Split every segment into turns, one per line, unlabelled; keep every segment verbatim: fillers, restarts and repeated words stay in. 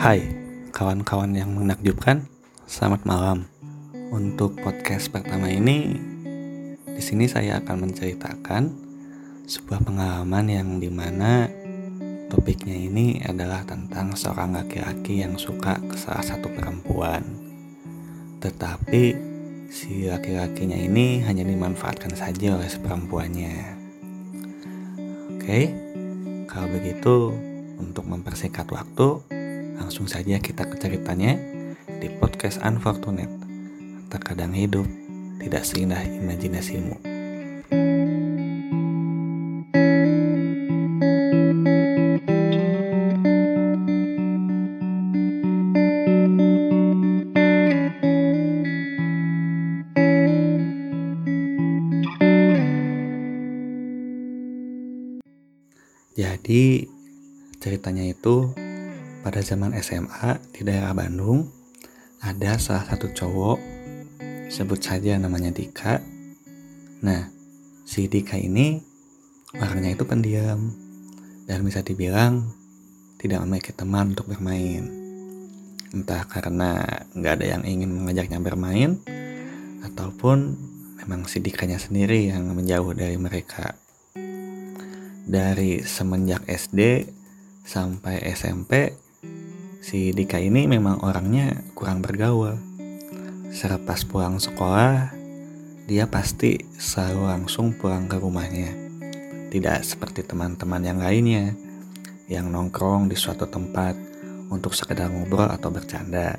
Hai, kawan-kawan yang menakjubkan, selamat malam. Untuk podcast pertama ini, di sini saya akan menceritakan sebuah pengalaman yang dimana topiknya ini adalah tentang seorang laki-laki yang suka ke salah satu perempuan. Tetapi si laki-lakinya ini hanya dimanfaatkan saja oleh si perempuannya. Oke, kalau begitu untuk mempersingkat waktu, langsung saja kita ke ceritanya di podcast Unfortunate. Terkadang hidup tidak seindah imajinasimu. Jadi ceritanya itu pada zaman S M A di daerah Bandung ada salah satu cowok, sebut saja namanya Dika. Nah, si Dika ini orangnya itu pendiam dan bisa dibilang tidak memiliki teman untuk bermain. Entah karena nggak ada yang ingin mengajaknya bermain ataupun memang si Dikanya sendiri yang menjauh dari mereka. Dari semenjak S D sampai S M P, si Dika ini memang orangnya kurang bergaul. Selepas pulang sekolah, dia pasti selalu langsung pulang ke rumahnya. Tidak seperti teman-teman yang lainnya yang nongkrong di suatu tempat untuk sekedar ngobrol atau bercanda.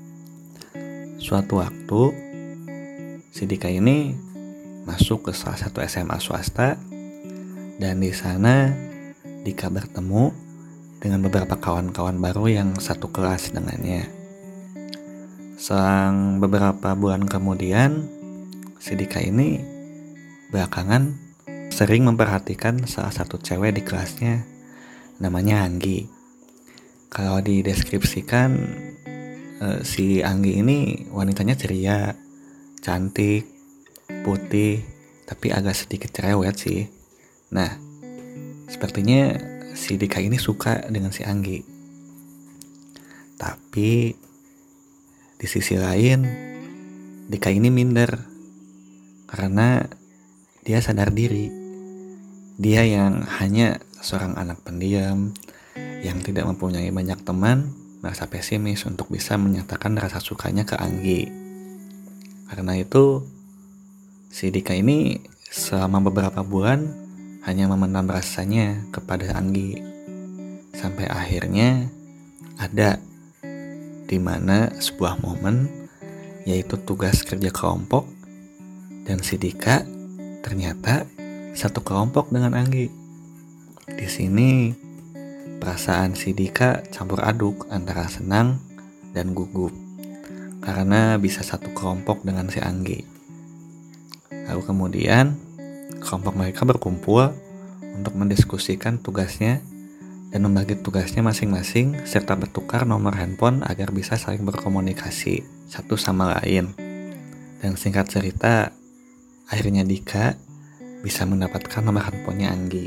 Suatu waktu, si Dika ini masuk ke salah satu S M A swasta, dan di sana Dika bertemu dengan beberapa kawan-kawan baru yang satu kelas dengannya. Selang beberapa bulan kemudian, si Dika ini belakangan sering memperhatikan salah satu cewek di kelasnya, namanya Anggi. Kalau dideskripsikan, si Anggi ini wanitanya ceria, cantik, putih, tapi agak sedikit cerewet sih. Nah, sepertinya si Dika ini suka dengan si Anggi. Tapi di sisi lain, Dika ini minder karena dia sadar diri. Dia yang hanya seorang anak pendiam yang tidak mempunyai banyak teman, merasa pesimis untuk bisa menyatakan rasa sukanya ke Anggi. Karena itu, si Dika ini selama beberapa bulan hanya memendam rasanya kepada Anggi. Sampai akhirnya ada di mana sebuah momen, yaitu tugas kerja kelompok, dan si Dika ternyata satu kelompok dengan Anggi. Di sini perasaan si Dika campur aduk antara senang dan gugup karena bisa satu kelompok dengan si Anggi. Lalu kemudian kelompok mereka berkumpul untuk mendiskusikan tugasnya dan membagi tugasnya masing-masing serta bertukar nomor handphone agar bisa saling berkomunikasi satu sama lain. Dan singkat cerita, akhirnya Dika bisa mendapatkan nomor handphonenya Anggi.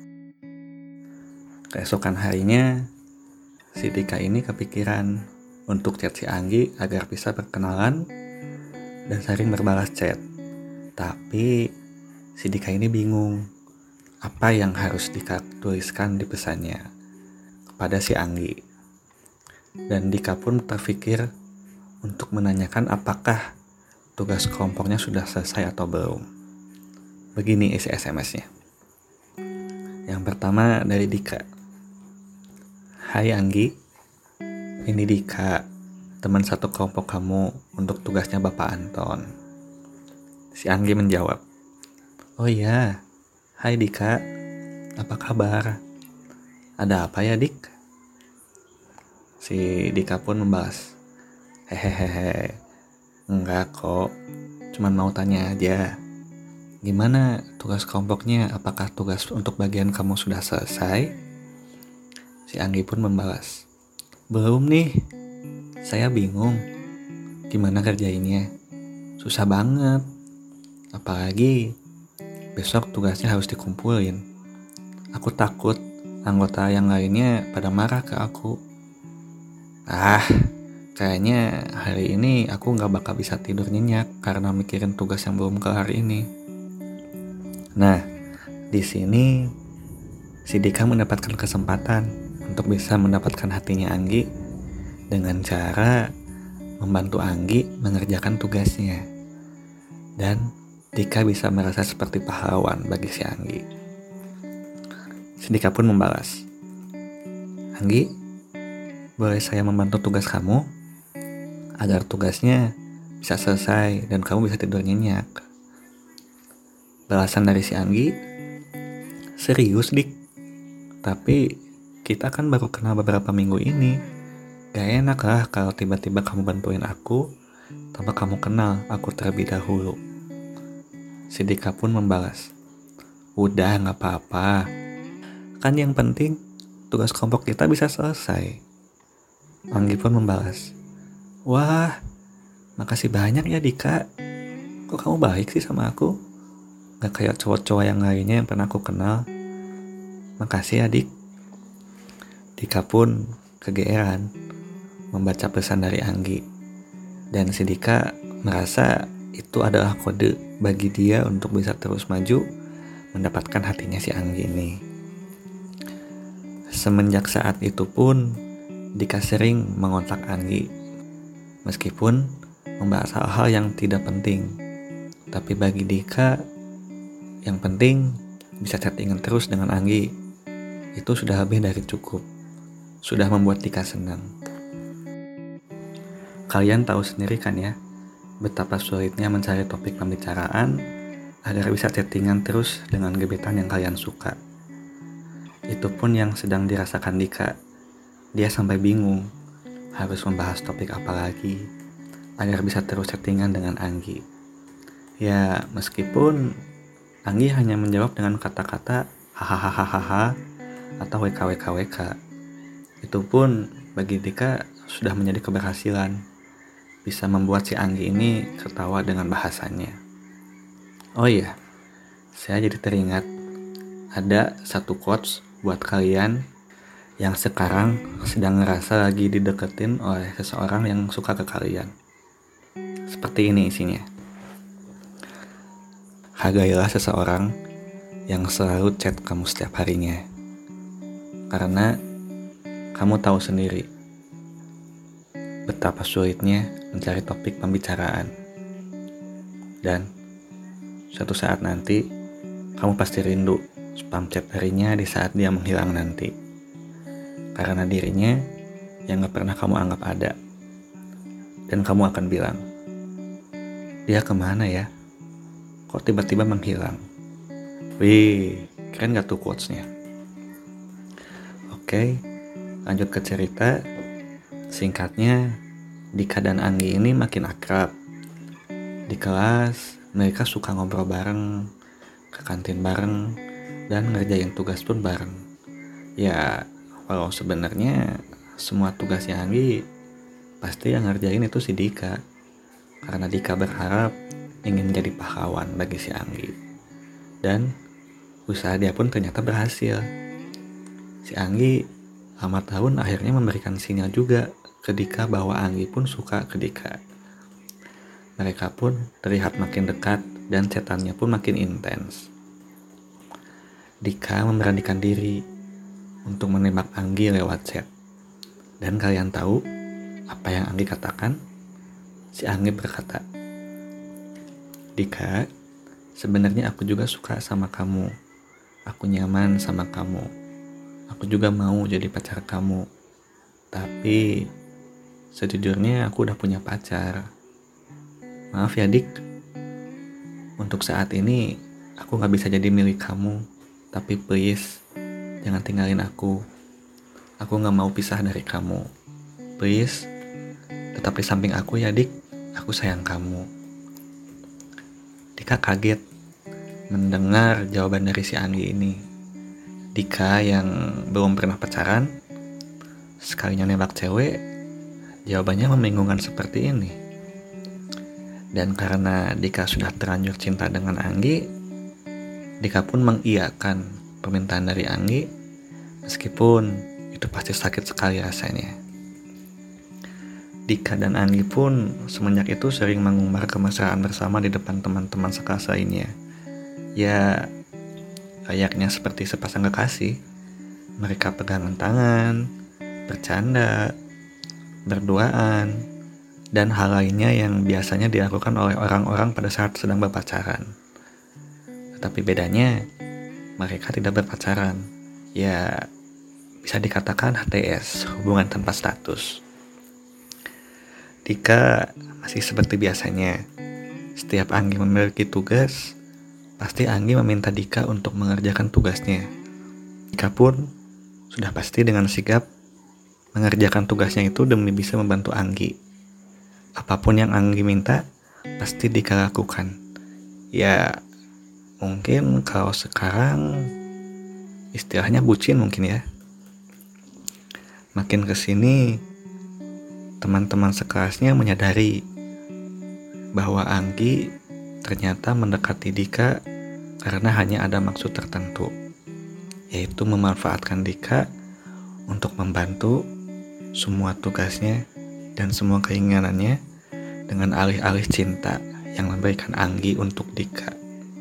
Keesokan harinya, si Dika ini kepikiran untuk chat si Anggi agar bisa berkenalan dan sering berbalas chat. Tapi si Dika ini bingung apa yang harus Dika tuliskan di pesannya kepada si Anggi. Dan Dika pun terpikir untuk menanyakan apakah tugas kelompoknya sudah selesai atau belum. Begini isi S M S-nya. Yang pertama dari Dika. Hai Anggi, ini Dika, teman satu kelompok kamu untuk tugasnya Bapak Anton. Si Anggi menjawab, oh iya, hai Dika, apa kabar? Ada apa ya Dik? Si Dika pun membalas, hehehe, enggak kok, cuman mau tanya aja. Gimana tugas kelompoknya? Apakah tugas untuk bagian kamu sudah selesai? Si Anggi pun membalas, belum nih, saya bingung gimana kerjainnya. Susah banget, apalagi besok tugasnya harus dikumpulin. Aku takut anggota yang lainnya pada marah ke aku. Ah, kayaknya hari ini aku gak bakal bisa tidur nyenyak karena mikirin tugas yang belum kelar ini. Nah, di sini si Dika mendapatkan kesempatan untuk bisa mendapatkan hatinya Anggi dengan cara membantu Anggi mengerjakan tugasnya. Dan Dika bisa merasa seperti pahlawan bagi si Anggi. Si Dika pun membalas, "Anggi, boleh saya membantu tugas kamu agar tugasnya bisa selesai dan kamu bisa tidur nyenyak?" Balasan dari si Anggi, "Serius Dik, tapi kita kan baru kenal beberapa minggu ini. Gak enak lah kalau tiba-tiba kamu bantuin aku tanpa kamu kenal aku terlebih dahulu." Si Dika pun membalas, "Udah gak apa-apa, kan yang penting tugas kelompok kita bisa selesai." Anggi pun membalas, "Wah, makasih banyak ya Dika. Kok kamu baik sih sama aku? Gak kayak cowok-cowok yang lainnya yang pernah aku kenal. Makasih ya Dik." Dika pun kegeeran membaca pesan dari Anggi. Dan si Dika merasa itu adalah kode bagi dia untuk bisa terus maju mendapatkan hatinya si Anggi ini. Semenjak saat itu pun Dika sering mengontak Anggi, meskipun membahas hal-hal yang tidak penting. Tapi bagi Dika, yang penting bisa chattingan terus dengan Anggi. Itu sudah lebih dari cukup. Sudah membuat Dika senang. Kalian tahu sendiri kan ya, betapa sulitnya mencari topik pembicaraan agar bisa chattingan terus dengan gebetan yang kalian suka. Itu pun yang sedang dirasakan Dika. Dia sampai bingung harus membahas topik apa lagi agar bisa terus chattingan dengan Anggi. Ya, meskipun Anggi hanya menjawab dengan kata-kata hahaha atau wkwkwk. Itu pun bagi Dika sudah menjadi keberhasilan, bisa membuat si Anggi ini tertawa dengan bahasanya. Oh iya, saya jadi teringat ada satu quotes buat kalian yang sekarang sedang ngerasa lagi dideketin oleh seseorang yang suka ke kalian. Seperti ini isinya. Hargailah seseorang yang selalu chat kamu setiap harinya. Karena kamu tahu sendiri betapa sulitnya mencari topik pembicaraan. Dan suatu saat nanti kamu pasti rindu spam chat harinya di saat dia menghilang nanti. Karena dirinya yang gak pernah kamu anggap ada. Dan kamu akan bilang, "Dia kemana ya? Kok tiba-tiba menghilang?" Wih, keren gak tuh quotesnya? Oke, lanjut ke cerita. Singkatnya, Dika dan Anggi ini makin akrab. Di kelas, mereka suka ngobrol bareng, ke kantin bareng, dan ngerjain tugas pun bareng. Ya, walau sebenarnya semua tugasnya Anggi pasti yang ngerjain itu si Dika. Karena Dika berharap ingin menjadi pahlawan bagi si Anggi. Dan usaha dia pun ternyata berhasil. Si Anggi lambat tahun akhirnya memberikan sinyal juga ke Dika bahwa Anggi pun suka ke Dika. Mereka pun terlihat makin dekat dan chatannya pun makin intens. Dika memberanikan diri untuk menembak Anggi lewat chat. Dan kalian tahu apa yang Anggi katakan? Si Anggi berkata, "Dika, sebenarnya aku juga suka sama kamu. Aku nyaman sama kamu. Aku juga mau jadi pacar kamu. Tapi sejujurnya aku udah punya pacar. Maaf ya Dik, untuk saat ini aku gak bisa jadi milik kamu. Tapi please, jangan tinggalin aku. Aku gak mau pisah dari kamu. Please, tetap di samping aku ya Dik. Aku sayang kamu." Dika kaget mendengar jawaban dari si Anggi ini. Dika yang belum pernah pacaran, sekalinya nembak cewek, jawabannya membingungkan seperti ini. Dan karena Dika sudah terlanjur cinta dengan Anggi, Dika pun mengiyakan permintaan dari Anggi, meskipun itu pasti sakit sekali rasanya. Dika dan Anggi pun semenjak itu sering mengumbar kemesraan bersama di depan teman-teman sekelas lainnya. Ya, kayaknya seperti sepasang kekasih. Mereka pegangan tangan, bercanda, berduaan, dan hal lainnya yang biasanya dilakukan oleh orang-orang pada saat sedang berpacaran. Tetapi bedanya, mereka tidak berpacaran. Ya, bisa dikatakan H T S, hubungan tanpa status. Dika masih seperti biasanya. Setiap Anggi memiliki tugas, pasti Anggi meminta Dika untuk mengerjakan tugasnya. Dika pun sudah pasti dengan sigap mengerjakan tugasnya itu demi bisa membantu Anggi. Apapun yang Anggi minta, pasti Dika lakukan. Ya, mungkin kalau sekarang istilahnya bucin mungkin ya. Makin kesini, teman-teman sekelasnya menyadari bahwa Anggi ternyata mendekati Dika karena hanya ada maksud tertentu, yaitu memanfaatkan Dika untuk membantu semua tugasnya dan semua keinginannya dengan alih-alih cinta yang memberikan Anggi untuk Dika.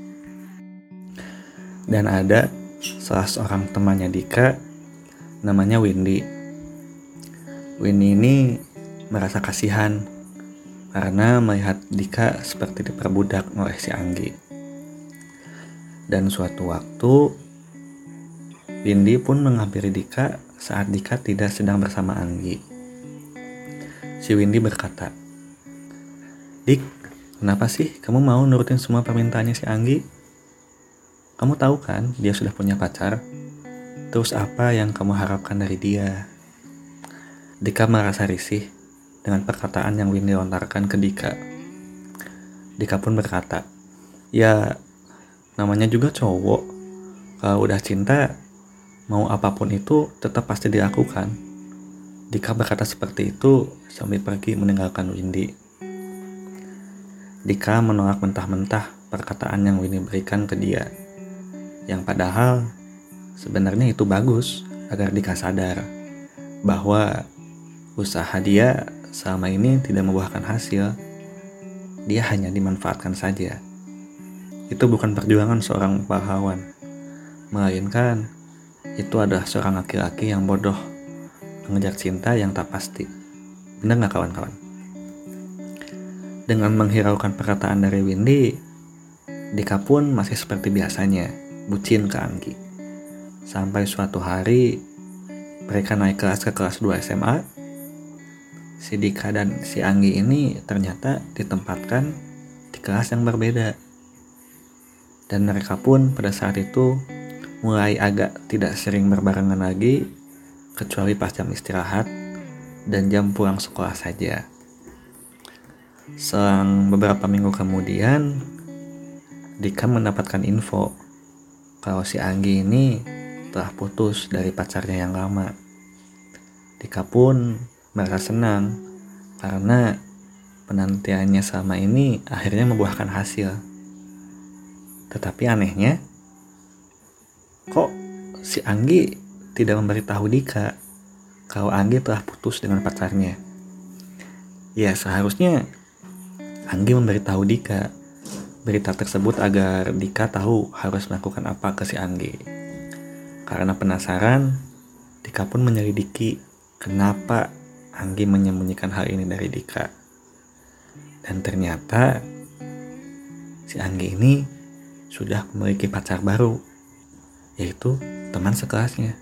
Dan ada salah seorang temannya Dika, namanya Windy. Windy ini merasa kasihan karena melihat Dika seperti diperbudak oleh si Anggi. Dan suatu waktu Windy pun menghampiri Dika saat Dika tidak sedang bersama Anggi. Si Windy berkata, "Dik, kenapa sih kamu mau nurutin semua permintaannya si Anggi? Kamu tahu kan dia sudah punya pacar? Terus apa yang kamu harapkan dari dia?" Dika merasa risih dengan perkataan yang Windy lontarkan ke Dika. Dika pun berkata, "Ya, namanya juga cowok. Kalau udah cinta, mau apapun itu tetap pasti dilakukan." Dika berkata seperti itu sambil pergi meninggalkan Windy. Dika menolak mentah-mentah perkataan yang Windy berikan ke dia. Yang padahal sebenarnya itu bagus agar Dika sadar bahwa usaha dia selama ini tidak membuahkan hasil. Dia hanya dimanfaatkan saja. Itu bukan perjuangan seorang pahlawan, melainkan itu adalah seorang laki-laki yang bodoh mengejar cinta yang tak pasti. Benar gak kawan-kawan? Dengan menghiraukan perkataan dari Windy, Dika pun masih seperti biasanya, bucin ke Anggi. Sampai suatu hari mereka naik kelas ke kelas dua S M A. Si Dika dan si Anggi ini ternyata ditempatkan di kelas yang berbeda. Dan mereka pun pada saat itu mulai agak tidak sering berbarengan lagi, kecuali pas jam istirahat dan jam pulang sekolah saja. Selang beberapa minggu kemudian, Dika mendapatkan info kalau si Anggi ini telah putus dari pacarnya yang lama. Dika pun merasa senang karena penantiannya selama ini akhirnya membuahkan hasil. Tetapi anehnya, kok si Anggi tidak memberitahu Dika kalau Anggi telah putus dengan pacarnya. Ya, seharusnya Anggi memberitahu Dika berita tersebut agar Dika tahu harus melakukan apa ke si Anggi. Karena penasaran, Dika pun menyelidiki kenapa Anggi menyembunyikan hal ini dari Dika. Dan ternyata si Anggi ini sudah memiliki pacar baru, yaitu teman sekelasnya.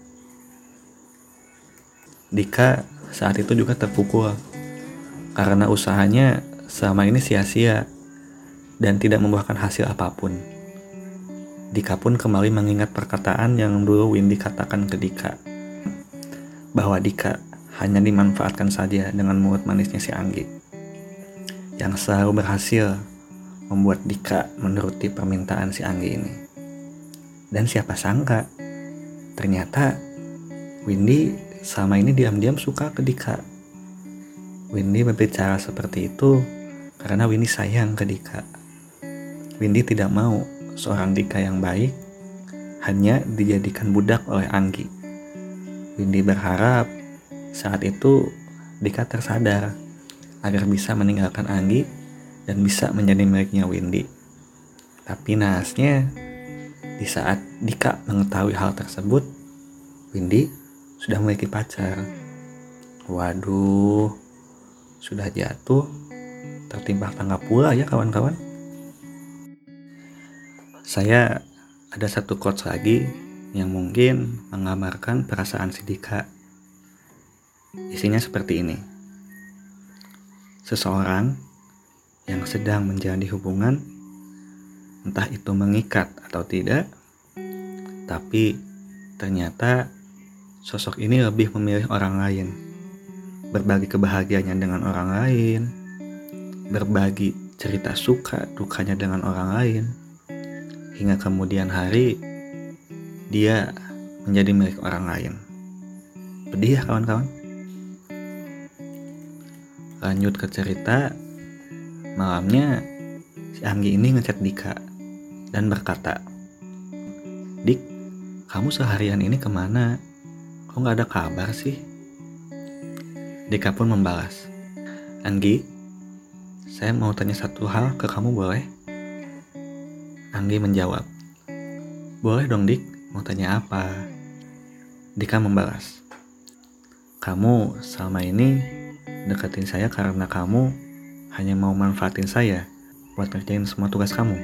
Dika saat itu juga terpukul karena usahanya selama ini sia-sia dan tidak membuahkan hasil apapun. Dika pun kembali mengingat perkataan yang dulu Windy katakan ke Dika, bahwa Dika hanya dimanfaatkan saja dengan mulut manisnya si Anggi, yang selalu berhasil membuat Dika menuruti permintaan si Anggi ini. Dan siapa sangka, ternyata Windy selama ini diam-diam suka ke Dika. Windy berbicara seperti itu karena Windy sayang ke Dika. Windy tidak mau seorang Dika yang baik hanya dijadikan budak oleh Anggi. Windy berharap saat itu Dika tersadar agar bisa meninggalkan Anggi dan bisa menjadi miliknya Windy. Tapi naasnya, di saat Dika mengetahui hal tersebut, Windy sudah memiliki pacar. Waduh, sudah jatuh, tertimpa tangga pula ya kawan-kawan. Saya ada satu quotes lagi yang mungkin menggambarkan perasaan si Dika. Isinya seperti ini. Seseorang yang sedang menjalani hubungan, entah itu mengikat atau tidak, tapi ternyata sosok ini lebih memilih orang lain, berbagi kebahagiaannya dengan orang lain, berbagi cerita suka dukanya dengan orang lain, hingga kemudian hari dia menjadi milik orang lain. Pedih ya kawan-kawan. Lanjut ke cerita. Malamnya si Anggi ini ngechat Dika dan berkata, "Dik, kamu seharian ini kemana? Kok gak ada kabar sih?" Dika pun membalas, "Anggi, saya mau tanya satu hal ke kamu, boleh?" Anggi menjawab, "Boleh dong Dik, mau tanya apa?" Dika membalas, "Kamu selama ini deketin saya karena kamu hanya mau manfaatin saya buat ngerjain semua tugas kamu."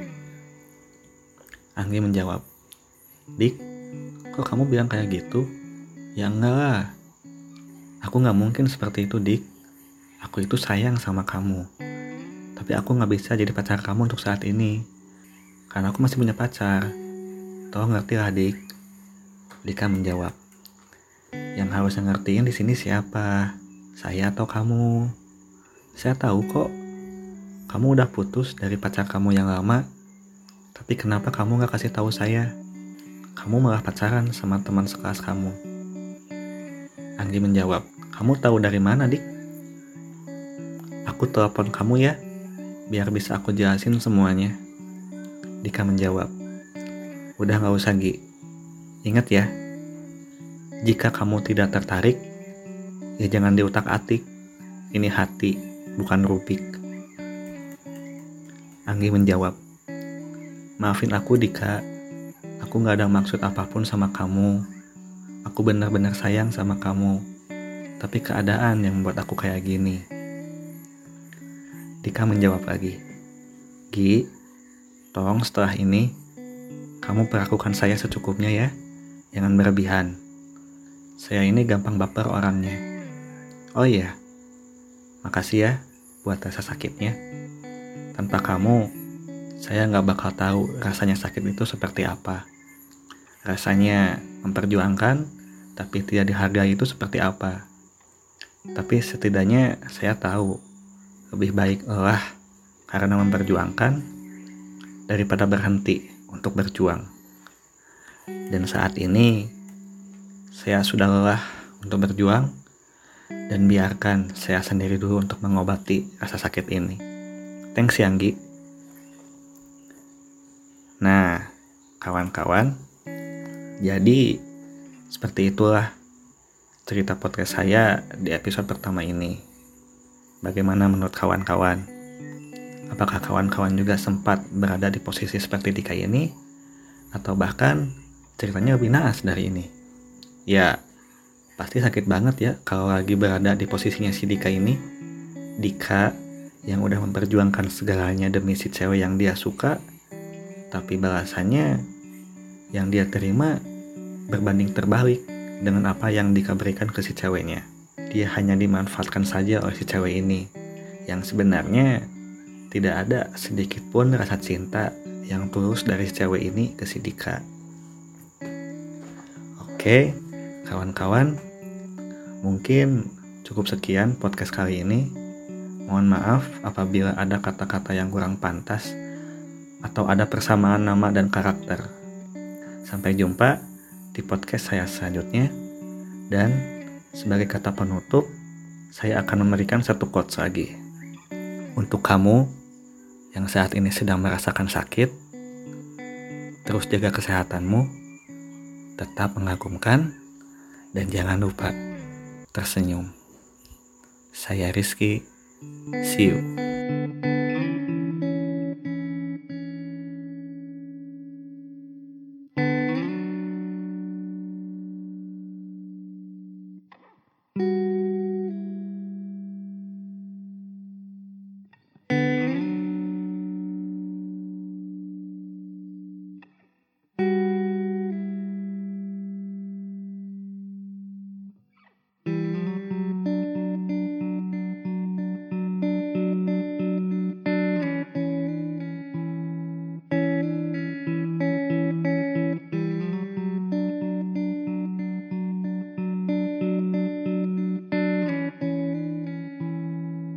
Anggi menjawab, "Dik, kok kamu bilang kayak gitu? Ya enggak lah. Aku gak mungkin seperti itu, Dik. Aku itu sayang sama kamu. Tapi aku gak bisa jadi pacar kamu untuk saat ini. Karena aku masih punya pacar. Toh ngerti lah, Dik." Dika menjawab, "Yang harus ngertiin di sini siapa? Saya atau kamu? Saya tahu kok. Kamu udah putus dari pacar kamu yang lama. Tapi kenapa kamu gak kasih tahu saya? Kamu malah pacaran sama teman sekelas kamu." Anggi menjawab, "Kamu tahu dari mana, Dik?" "Aku telepon kamu ya, biar bisa aku jelasin semuanya." Dika menjawab, "Udah gak usah, Gi. Ingat ya, jika kamu tidak tertarik, ya jangan diutak-atik. Ini hati, bukan Rubik." Anggi menjawab, "Maafin aku, Dika. Aku gak ada maksud apapun sama kamu. Aku benar-benar sayang sama kamu. Tapi keadaan yang membuat aku kayak gini." Dika menjawab lagi, "Gi, tolong setelah ini kamu perlakukan saya secukupnya ya. Jangan berlebihan. Saya ini gampang baper orangnya. Oh iya, makasih ya buat rasa sakitnya. Tanpa kamu, saya gak bakal tahu rasanya sakit itu seperti apa. Rasanya memperjuangkan, tapi tidak dihargai itu seperti apa. Tapi setidaknya saya tahu, lebih baik lelah karena memperjuangkan, daripada berhenti untuk berjuang. Dan saat ini, saya sudah lelah untuk berjuang, dan biarkan saya sendiri dulu untuk mengobati rasa sakit ini. Thanks ya, Anggi." Nah, kawan-kawan, jadi seperti itulah cerita podcast saya di episode pertama ini. Bagaimana menurut kawan-kawan? Apakah kawan-kawan juga sempat berada di posisi seperti Dika ini? Atau bahkan ceritanya lebih naas dari ini? Ya, pasti sakit banget ya kalau lagi berada di posisinya si Dika ini. Dika yang udah memperjuangkan segalanya demi si cewek yang dia suka, tapi balasannya yang dia terima berbanding terbalik dengan apa yang Dika berikan ke si ceweknya. Dia hanya dimanfaatkan saja oleh si cewek ini, yang sebenarnya tidak ada sedikit pun rasa cinta yang tulus dari si cewek ini ke si Dika. Oke, kawan-kawan, mungkin cukup sekian podcast kali ini. Mohon maaf apabila ada kata-kata yang kurang pantas atau ada persamaan nama dan karakter. Sampai jumpa di podcast saya selanjutnya. Dan sebagai kata penutup, saya akan memberikan satu quotes lagi. Untuk kamu yang saat ini sedang merasakan sakit, terus jaga kesehatanmu, tetap mengagumkan, dan jangan lupa tersenyum. Saya Rizky See you.